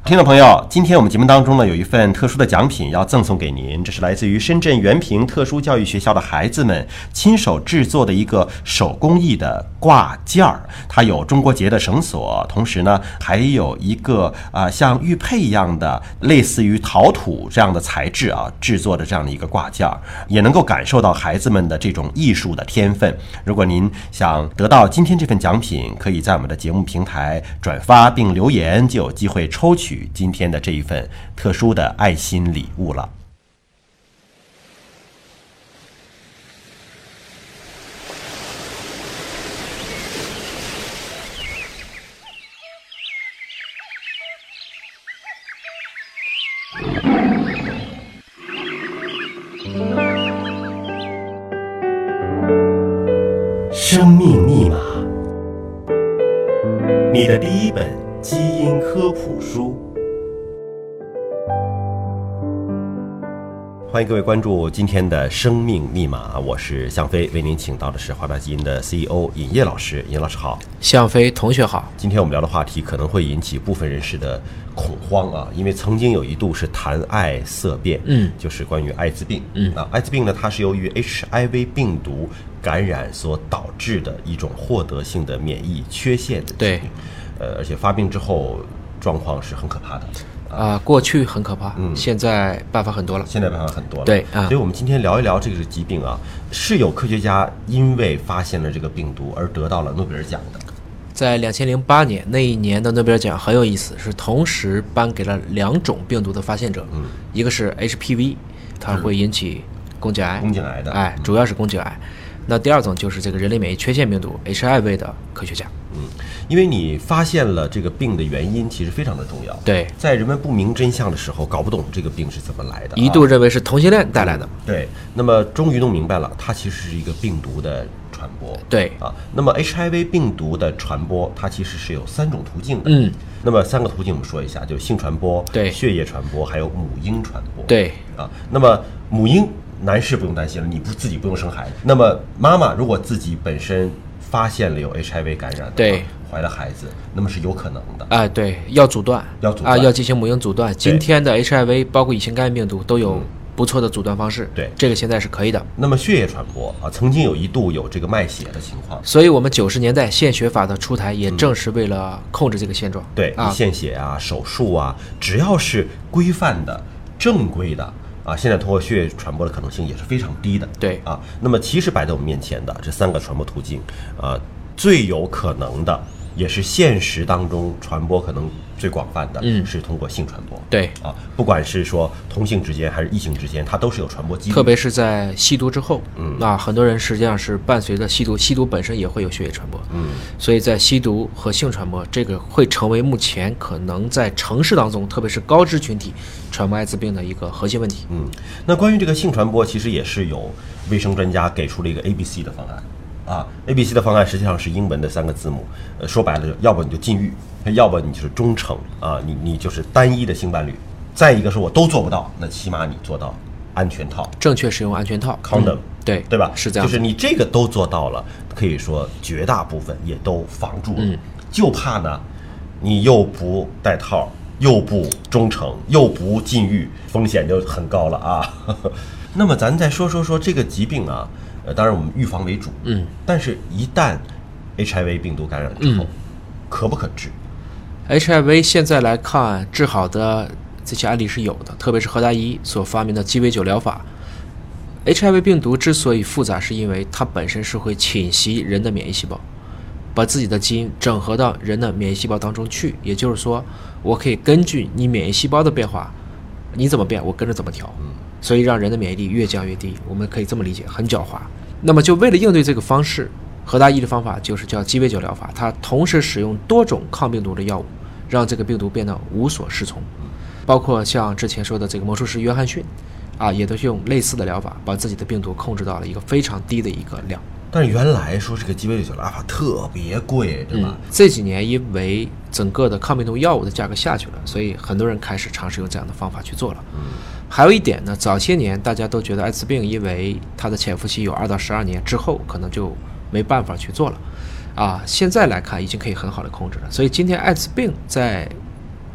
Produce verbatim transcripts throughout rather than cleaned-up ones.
听众朋友，今天我们节目当中呢有一份特殊的奖品要赠送给您，这是来自于深圳原平特殊教育学校的孩子们亲手制作的一个手工艺的挂件儿，它有中国结的绳索，同时呢还有一个啊、呃、像玉佩一样的类似于陶土这样的材质啊制作的这样的一个挂件儿，也能够感受到孩子们的这种艺术的天分。如果您想得到今天这份奖品，可以在我们的节目平台转发并留言，就有机会抽取今天的这一份特殊的爱心礼物了。生命密码，你的第一本基因科普书。欢迎各位关注今天的生命密码，我是向飞，为您请到的是华大基因的 C E O 尹烨老师。尹老师好。 向飞同学好。 今天我们聊的话题可能会引起部分人士的恐慌啊，因为曾经有一度是谈爱色变，嗯，就是关于艾滋病，嗯啊，艾滋病呢，它是由于 H I V 病毒感染所导致的一种获得性的免疫缺陷的疾病，对，呃，而且发病之后状况是很可怕的。 啊、呃，过去很可怕，嗯，现在办法很多了。 现在办法很多了， 对啊。 所以我们今天聊一聊这个疾病啊，是有科学家因为发现了这个病毒而得到了诺贝尔奖的。 在两千零八年那一年的诺贝尔奖很有意思，是同时颁给了两种病毒的发现者，嗯，一个是 H P V， 它会引起宫颈癌， 宫颈癌的， 哎，主要是宫颈癌。那第二种就是这个人类免疫缺陷病毒 H I V 的科学家， 嗯，因为你发现了这个病的原因，其实非常的重要。 对， 在人们不明真相的时候，搞不懂这个病是怎么来的， 一度认为是同性恋带来的。 对，那么终于弄明白了，它其实是一个病毒的传播。 对啊，那么 H I V 病毒的传播，它其实是有三种途径的。 嗯， 那么三个途径我们说一下，就是性传播、 对， 血液传播，还有母婴传播。 对啊，那么母婴。男士不用担心了，你不自己不用生孩子。那么妈妈如果自己本身发现了有 H I V 感染的话， 对， 怀了孩子，那么是有可能的。 啊、呃，对，要阻断， 要阻断啊、呃，要进行母婴阻断。今天的 H I V 包括乙型肝炎病毒都有不错的阻断方式。 对， 这个现在是可以的。 那么血液传播啊，曾经有一度有这个卖血的情况， 所以我们九十年代献血法的出台，也正是为了控制这个现状。 嗯、对，啊，献血啊、手术啊，只要是规范的、正规的。啊，现在通过血液传播的可能性也是非常低的。 对啊，那么其实摆在我们面前的这三个传播途径，呃，最有可能的，也是现实当中传播可能最广泛的，嗯，是通过性传播。 对啊，不管是说同性之间还是异性之间，它都是有传播几率。 特别是在吸毒之后，嗯，啊，很多人实际上是伴随着吸毒，吸毒本身也会有血液传播，嗯，所以在吸毒和性传播这个会成为目前可能在城市当中，特别是高知群体传播艾滋病的一个核心问题。 嗯，那关于这个性传播，其实也是有卫生专家给出了一个 A B C 的方案。啊 ，A B C 的方案实际上是英文的三个字母，呃，说白了，要不你就禁欲，要不你就是忠诚啊，你你就是单一的性伴侣，再一个是我都做不到，那起码你做到安全套， 正确使用安全套 ，condom，、嗯、 对对吧？ 是这样， 就是你这个都做到了，可以说绝大部分也都防住了，嗯、就怕呢，你又不戴套，又不忠诚，又不禁欲，风险就很高了啊。那么咱再说说说这个疾病啊。呃，当然我们预防为主，嗯，但是一旦 H I V 病毒感染之后，嗯、可不可治 ？H I V 现在来看，治好的这些案例是有的，特别是何大一所发明的鸡尾酒疗法。H I V 病毒之所以复杂，是因为它本身是会侵袭人的免疫细胞，把自己的基因整合到人的免疫细胞当中去。也就是说，我可以根据你免疫细胞的变化，你怎么变，我跟着怎么调。嗯。所以让人的免疫力越降越低，我们可以这么理解，很狡猾。那么就为了应对这个方式，何大一的方法就是叫鸡尾酒疗法，它同时使用多种抗病毒的药物，让这个病毒变得无所适从。包括像之前说的这个魔术师约翰逊啊，也都是用类似的疗法，把自己的病毒控制到了一个非常低的一个量。 但是原来说这个鸡尾酒疗法特别贵，对吧、 嗯？这几年因为整个的抗病毒药物的价格下去了，所以很多人开始尝试用这样的方法去做了。嗯，还有一点呢，早些年大家都觉得艾滋病因为它的潜伏期有二到十二年之后，可能就没办法去做了。啊，现在来看已经可以很好的控制了。所以今天艾滋病在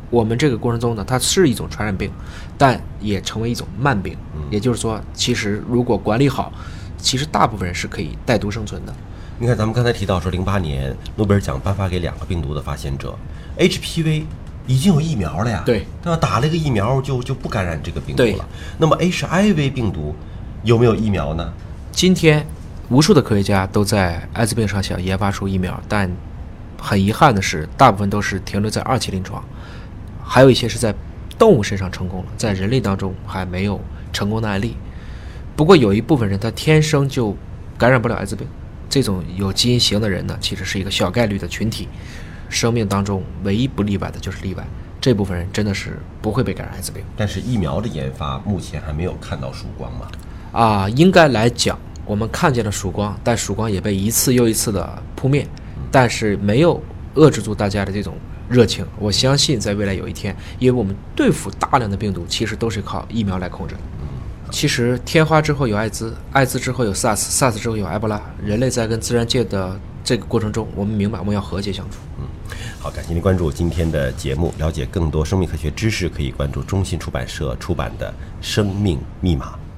我们这个过程中呢，它是一种传染病，但也成为一种慢病。也就是说，其实如果管理好，其实大部分人是可以带毒生存的。 你看，咱们刚才提到说，零八年诺贝尔奖颁发给两个病毒的发现者 ，H P V 已经有疫苗了呀， 对， 对吧？打了一个疫苗就就不感染这个病毒了。那么 H I V 病毒有没有疫苗呢？ 今天无数的科学家都在艾滋病上想研发出疫苗，但很遗憾的是，大部分都是停留在二期临床，还有一些是在动物身上成功了，在人类当中还没有成功的案例。不过有一部分人他天生就感染不了艾滋病，这种有基因型的人呢，其实是一个小概率的群体，生命当中唯一不例外的就是例外，这部分人真的是不会被感染艾滋病。 但是疫苗的研发目前还没有看到曙光嘛？ 啊，应该来讲，我们看见了曙光，但曙光也被一次又一次的扑灭，但是没有遏制住大家的这种热情。我相信在未来有一天，因为我们对付大量的病毒，其实都是靠疫苗来控制的。其实天花之后有艾滋，艾滋之后有 SARS，SARS 之后有埃博拉。人类在跟自然界的这个过程中，我们明白我们要和谐相处。 嗯，好，感谢您关注今天的节目。了解更多生命科学知识，可以关注中信出版社出版的《生命密码》。